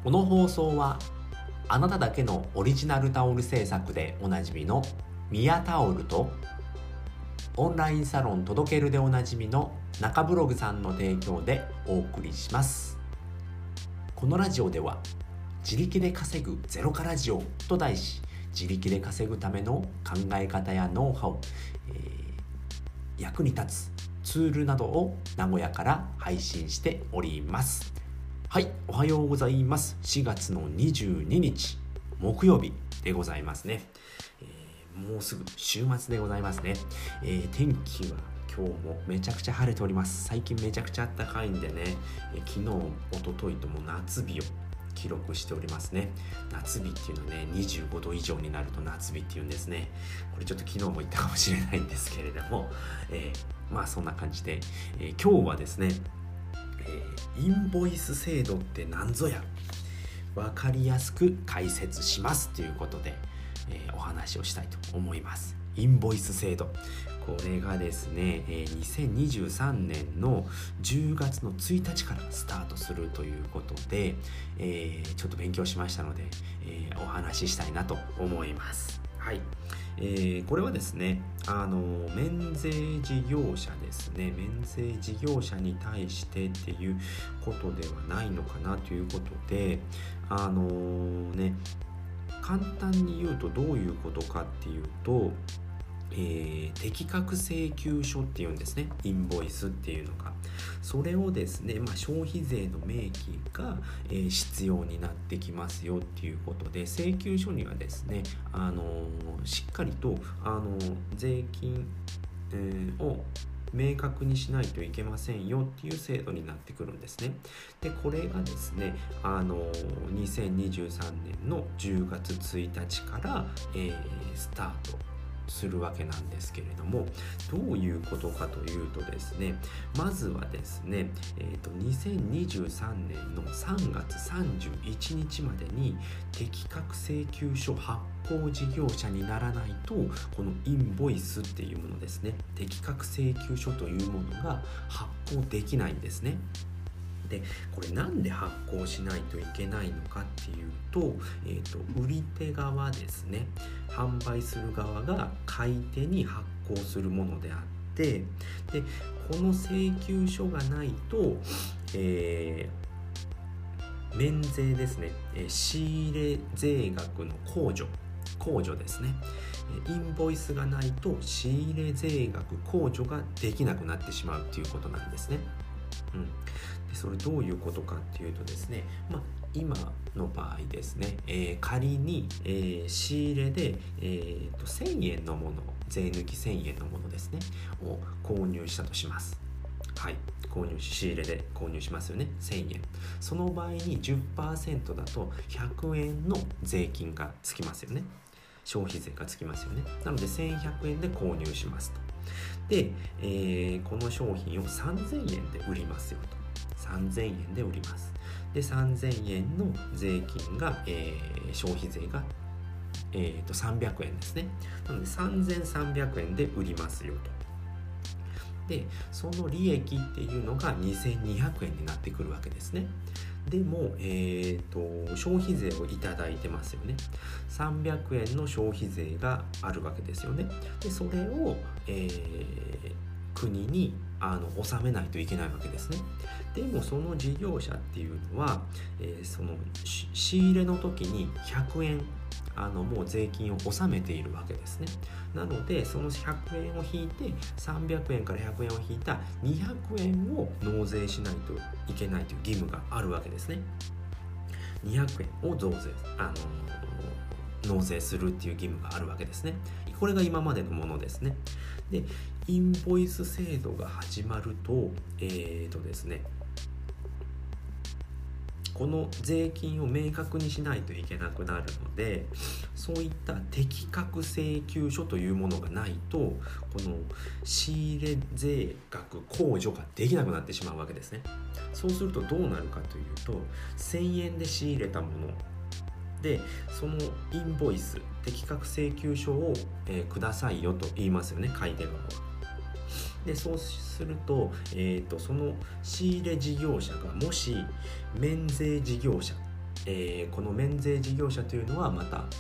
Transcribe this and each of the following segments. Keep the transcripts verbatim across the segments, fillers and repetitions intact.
この放送はあなただけのオリジナルタオル制作でおなじみのミヤタオルとオンラインサロン届けるでおなじみの中ブログさんの提供でお送りします。このラジオでは自力で稼ぐゼロからラジオと題し、自力で稼ぐための考え方やノウハウ、えー、役に立つツールなどを名古屋から配信しております。はい、おはようございます。しがつのにじゅうににち木曜日でございますね。えー、もうすぐ週末でございますね。えー、天気は今日もめちゃくちゃ晴れております。最近めちゃくちゃ暖かいんでね、えー、昨日、一昨日とも夏日を記録しておりますね。夏日っていうのはね、にじゅうごど以上になると夏日っていうんですね。これちょっと昨日も言ったかもしれないんですけれども、えー、まあそんな感じで、えー、今日はですね、えー、インボイス制度って何ぞや、わかりやすく解説しますということで、えー、お話をしたいと思います。インボイス制度、これがですね、えー、にせんにじゅうさんねんのじゅうがつのついたちからスタートするということで、えー、ちょっと勉強しましたので、えー、お話ししたいなと思います。はい、えー、これはですね、あの免税事業者ですね、免税事業者に対してっていうことではないのかなということで、あのね、簡単に言うとどういうことかっていうと、えー、適格請求書っていうんですね。インボイスっていうのが、それをですね、まあ、消費税の明記が、えー、必要になってきますよっていうことで、請求書にはですね、あのー、しっかりと、あのー、税金、えー、を明確にしないといけませんよっていう制度になってくるんですね。で、これがですね、あのにせんにじゅうさんねんのじゅうがつついたちから、えー、スタートするわけなんですけれども、どういうことかというとですね、まずはですね、えーと、にせんにじゅうさんねんのさんがつさんじゅういちにちまでに適格請求書発行事業者にならないと、このインボイスっていうものですね、適格請求書というものが発行できないんですね。で、これなんで発行しないといけないのかっていうと、えーと、売り手側ですね、販売する側が買い手に発行するものであって、で、この請求書がないと、えー、免税ですね、えー、仕入れ税額の控除控除ですね、インボイスがないと仕入れ税額控除ができなくなってしまうということなんですね。うん、でそれどういうことかっていうとですね、まあ、今の場合ですね、えー、仮に、えー、仕入れで、えー、とせんえんのもの、税抜きせんえんのものですねを購入したとします。はい、購入し仕入れで購入しますよね、せんえん。その場合に じゅっパーセント だとひゃくえんの税金がつきますよね。消費税がつきますよね。なのでせんひゃくえんで購入しますと。で、えー、この商品をさんぜんえんで売りますよと。さんぜんえんで売ります。で、さんぜんえんの税金が、えー、消費税が、えー、とさんびゃくえんですね。なのでさんぜんさんびゃくえんで売りますよと。で、その利益っていうのがにせんにひゃくえんになってくるわけですね。でも、えーと、消費税をいただいてますよね。さんびゃくえんの消費税があるわけですよね。で、それを、えー、国にあの納めないといけないわけですね。でもその事業者っていうのは、えー、その仕入れの時にひゃくえんあのもう税金を納めているわけですね。なのでそのひゃくえんを引いてさんびゃくえんからひゃくえんを引いたにひゃくえんを納税しないといけないという義務があるわけですね。にひゃくえんを増税、あの納税するっていう義務があるわけですね。これが今までのものですね。で、インボイス制度が始まると、えーとですね、この税金を明確にしないといけなくなるので、そういった適格請求書というものがないと、この仕入れ税額控除ができなくなってしまうわけですね。そうするとどうなるかというと、せんえんで仕入れたもので、そのインボイス、適格請求書を、えー、くださいよと言いますよね、買い手側は。で、そうすると、えーと、その仕入れ事業者がもし免税事業者、 えー、この免税事業者というのはまたあの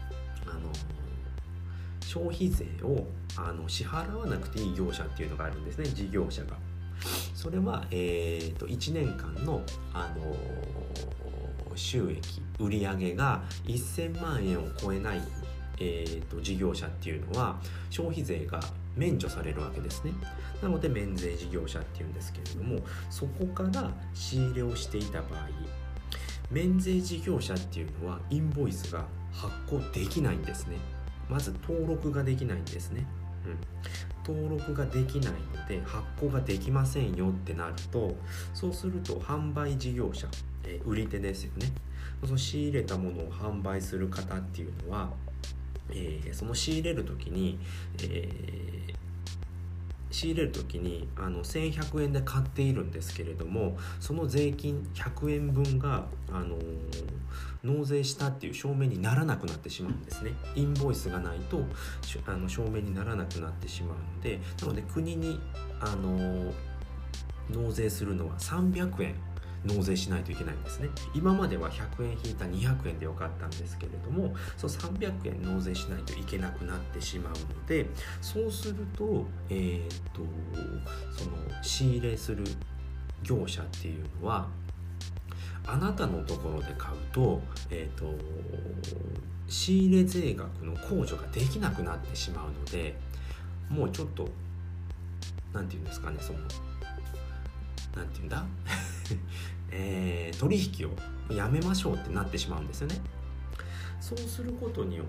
消費税をあの支払わなくていい業者っていうのがあるんですね、事業者が。それは、えー、といちねんかんの、あのー、収益売上がせんまんえんを超えない、えー、と事業者っていうのは消費税が免除されるわけですね。なので免税事業者っていうんですけれども、そこから仕入れをしていた場合、免税事業者っていうのはインボイスが発行できないんですね。まず登録ができないんですね、うん、登録ができないので発行ができませんよってなると、そうすると販売事業者、えー、売り手ですよね。その仕入れたものを販売する方っていうのは、えー、その仕入れる時に、えー仕入れる時にあのせんひゃくえんで買っているんですけれども、その税金ひゃくえんぶんが、あのー、納税したっていう証明にならなくなってしまうんですね。インボイスがないとあの証明にならなくなってしまうので、なので国に、あのー、納税するのはさんびゃくえん納税しないといけないんですね。今まではひゃくえん引いたにひゃくえんでよかったんですけれども、そうさんびゃくえん納税しないといけなくなってしまうので、そうすると、えー、っとその仕入れする業者っていうのは、あなたのところで買うと、えー、っと仕入れ税額の控除ができなくなってしまうので、もうちょっとなんていうんですかね、そのなんていうんだえー、取引をやめましょうってなってしまうんですよね。そうすることによって、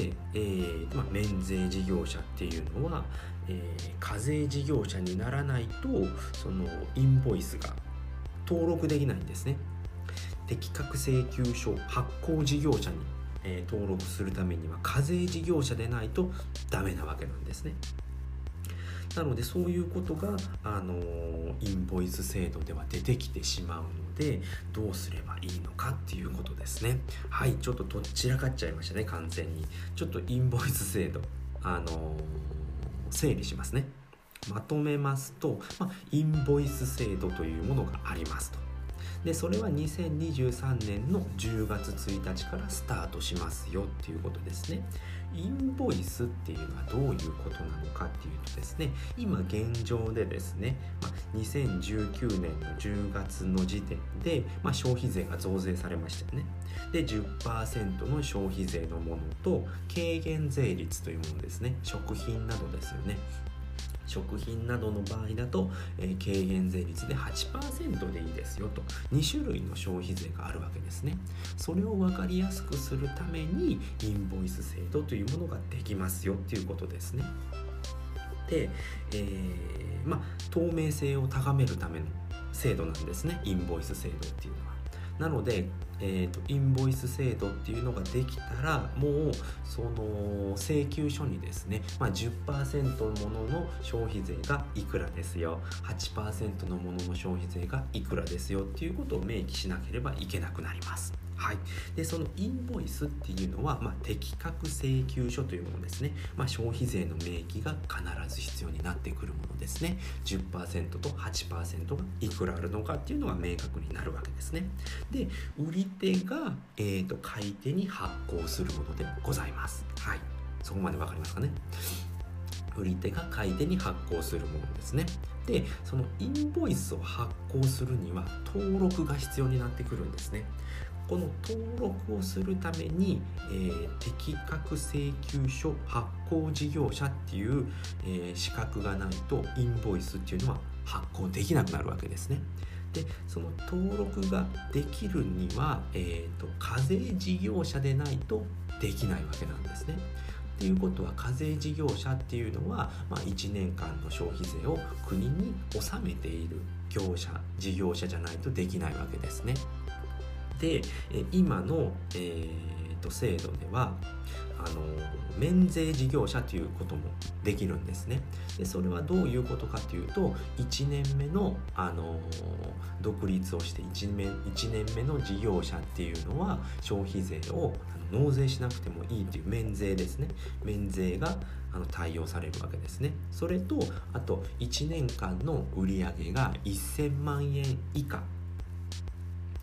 えーまあ、免税事業者っていうのは、えー、課税事業者にならないとそのインボイスが登録できないんですね。適格請求書発行事業者に、えー、登録するためには課税事業者でないとダメなわけなんですね。なのでそういうことが、あのインボイス制度では出てきてしまうので、どうすればいいのかっていうことですね。はい、ちょっとどちらかっちゃいましたね、完全に。ちょっとインボイス制度、あの整理しますね。まとめますと、まあ、インボイス制度というものがありますと。でそれはにせんにじゅうさんねんのじゅうがつついたちからスタートしますよっていうことですね。インボイスっていうのはどういうことなのかっていうとですね、今現状でですね、まあ、にせんじゅうきゅうねんのじゅうがつの時点で、まあ、消費税が増税されましたよね。で じゅっパーセント の消費税のものと軽減税率というものですね。食品などですよね。食品などの場合だと、えー、軽減税率で はちパーセント でいいですよと、にしゅるいの消費税があるわけですね。それを分かりやすくするためにインボイス制度というものができますよっていうことですね。で、えー、まあ透明性を高めるための制度なんですね、インボイス制度っていうのは。なので、えーと、インボイス制度っていうのができたら、もうその請求書にですね、まあ、じゅっパーセント のものの消費税がいくらですよ、はちパーセント のものの消費税がいくらですよっていうことを明記しなければいけなくなります。はい、でそのインボイスっていうのは、まあ、適格請求書というものですね。まあ、消費税の明記が必ず必要になってくるものですね。 じゅっパーセント と はちパーセント がいくらあるのかっていうのが明確になるわけですね。で売り手が、えーと、買い手に発行するものでございます。はい、そこまでわかりますかね。売り手が買い手に発行するものですね。でそのインボイスを発行するには登録が必要になってくるんですね。この登録をするために、えー、適格請求書発行事業者っていう、えー、資格がないとインボイスっていうのは発行できなくなるわけですね。でその登録ができるには、えーと、課税事業者でないとできないわけなんですね。っていうことは課税事業者っていうのは、まあ、いちねんかんの消費税を国に納めている業者事業者じゃないとできないわけですね。で今の、えー、と制度ではあの免税事業者ということもできるんですね。でそれはどういうことかというと、いちねんめの、あの独立をして 1, 年いちねんめの事業者っていうのは消費税を納税しなくてもいいという免税ですね。免税があの対応されるわけですね。それとあといちねんかんの売上がせんまんえん以下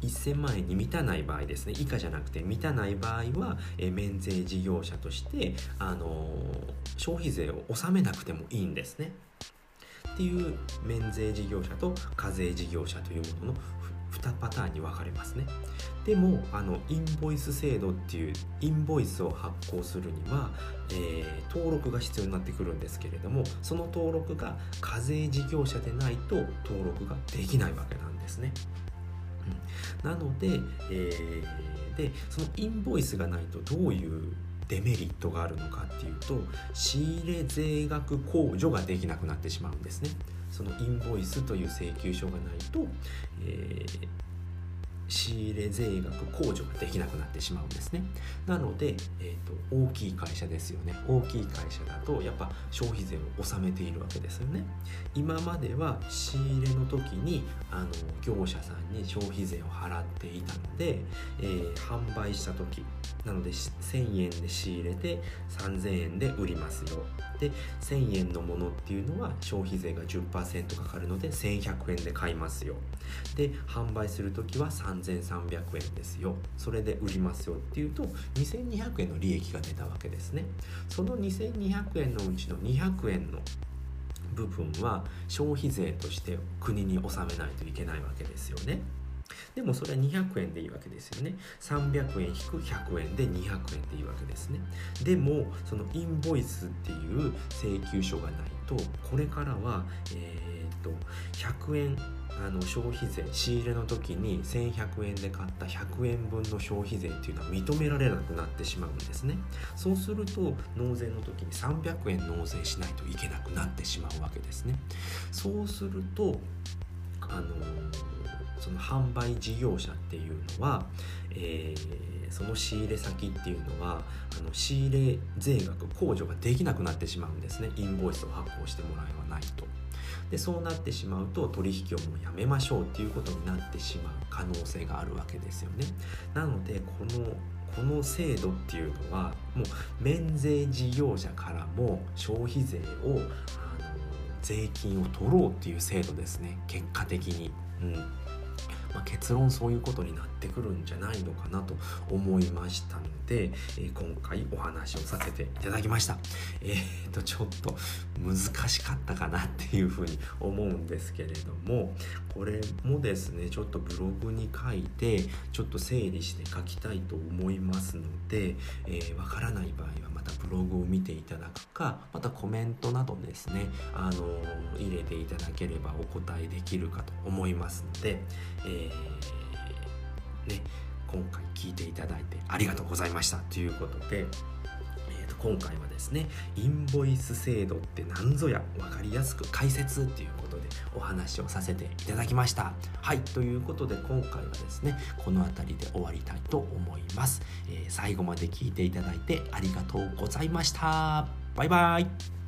せんまんえんに満たない場合ですね、以下じゃなくて満たない場合は、えー、免税事業者として、あのー、消費税を納めなくてもいいんですねっていう免税事業者と課税事業者というもののにパターンに分かれますね。でもあのインボイス制度っていうインボイスを発行するには、えー、登録が必要になってくるんですけれども、その登録が課税事業者でないと登録ができないわけなんですね。うん、なので、えー、でそのインボイスがないとどういうデメリットがあるのかっていうと、仕入れ税額控除ができなくなってしまうんですね。そのインボイスという請求書がないと、えー、仕入れ税額控除ができなくなってしまうんですね。なので、えーと、大きい会社ですよね。大きい会社だとやっぱ消費税を納めているわけですよね。今までは仕入れの時にあの業者さんに消費税を払っていたので、えー、販売した時なのでせんえんで仕入れてさんぜんえんで売りますよ。でせんえんのものっていうのは消費税が じゅっパーセント かかるのでせんひゃくえんで買いますよ。で販売するときはさんぜんさんびゃくえんですよ。それで売りますよっていうとにせんにひゃくえんの利益が出たわけですね。そのにせんにひゃくえんのうちのにひゃくえんの部分は消費税として国に納めないといけないわけですよね。でもそれはにひゃくえんでいいわけですよね。さんびゃくえん引くひゃくえんでにひゃくえんでいいわけですね。でもそのインボイスっていう請求書がないと、これからはえー、っとひゃくえんあの消費税仕入れの時にせんひゃくえんで買ったひゃくえんぶんの消費税っていうのは認められなくなってしまうんですね。そうすると納税の時にさんびゃくえん納税しないといけなくなってしまうわけですね。そうするとあのその販売事業者っていうのは、えー、その仕入れ先っていうのはあの仕入れ税額控除ができなくなってしまうんですね。インボイスを発行してもらえないと。でそうなってしまうと取引をもうやめましょうっていうことになってしまう可能性があるわけですよね。なのでこのこの制度っていうのはもう免税事業者からも消費税をあの税金を取ろうっていう制度ですね。結果的に、うんまあ、結論そういうことになってくるんじゃないのかなと思いましたので、えー、今回お話をさせていただきました。えーとちょっと難しかったかなっていうふうに思うんですけれども、これもですねちょっとブログに書いてちょっと整理して書きたいと思いますので、えー、わからない場合はまたブログを見ていただくか、またコメントなどですね、あのー、入れていただければお答えできるかと思いますので、えーね、今回聞いていただいてありがとうございましたということで、えー、と今回はですねインボイス制度って何ぞや分かりやすく解説ということでお話をさせていただきました。はい、ということで今回はですねこの辺りで終わりたいと思います。えー、最後まで聞いていただいてありがとうございました。バイバイ。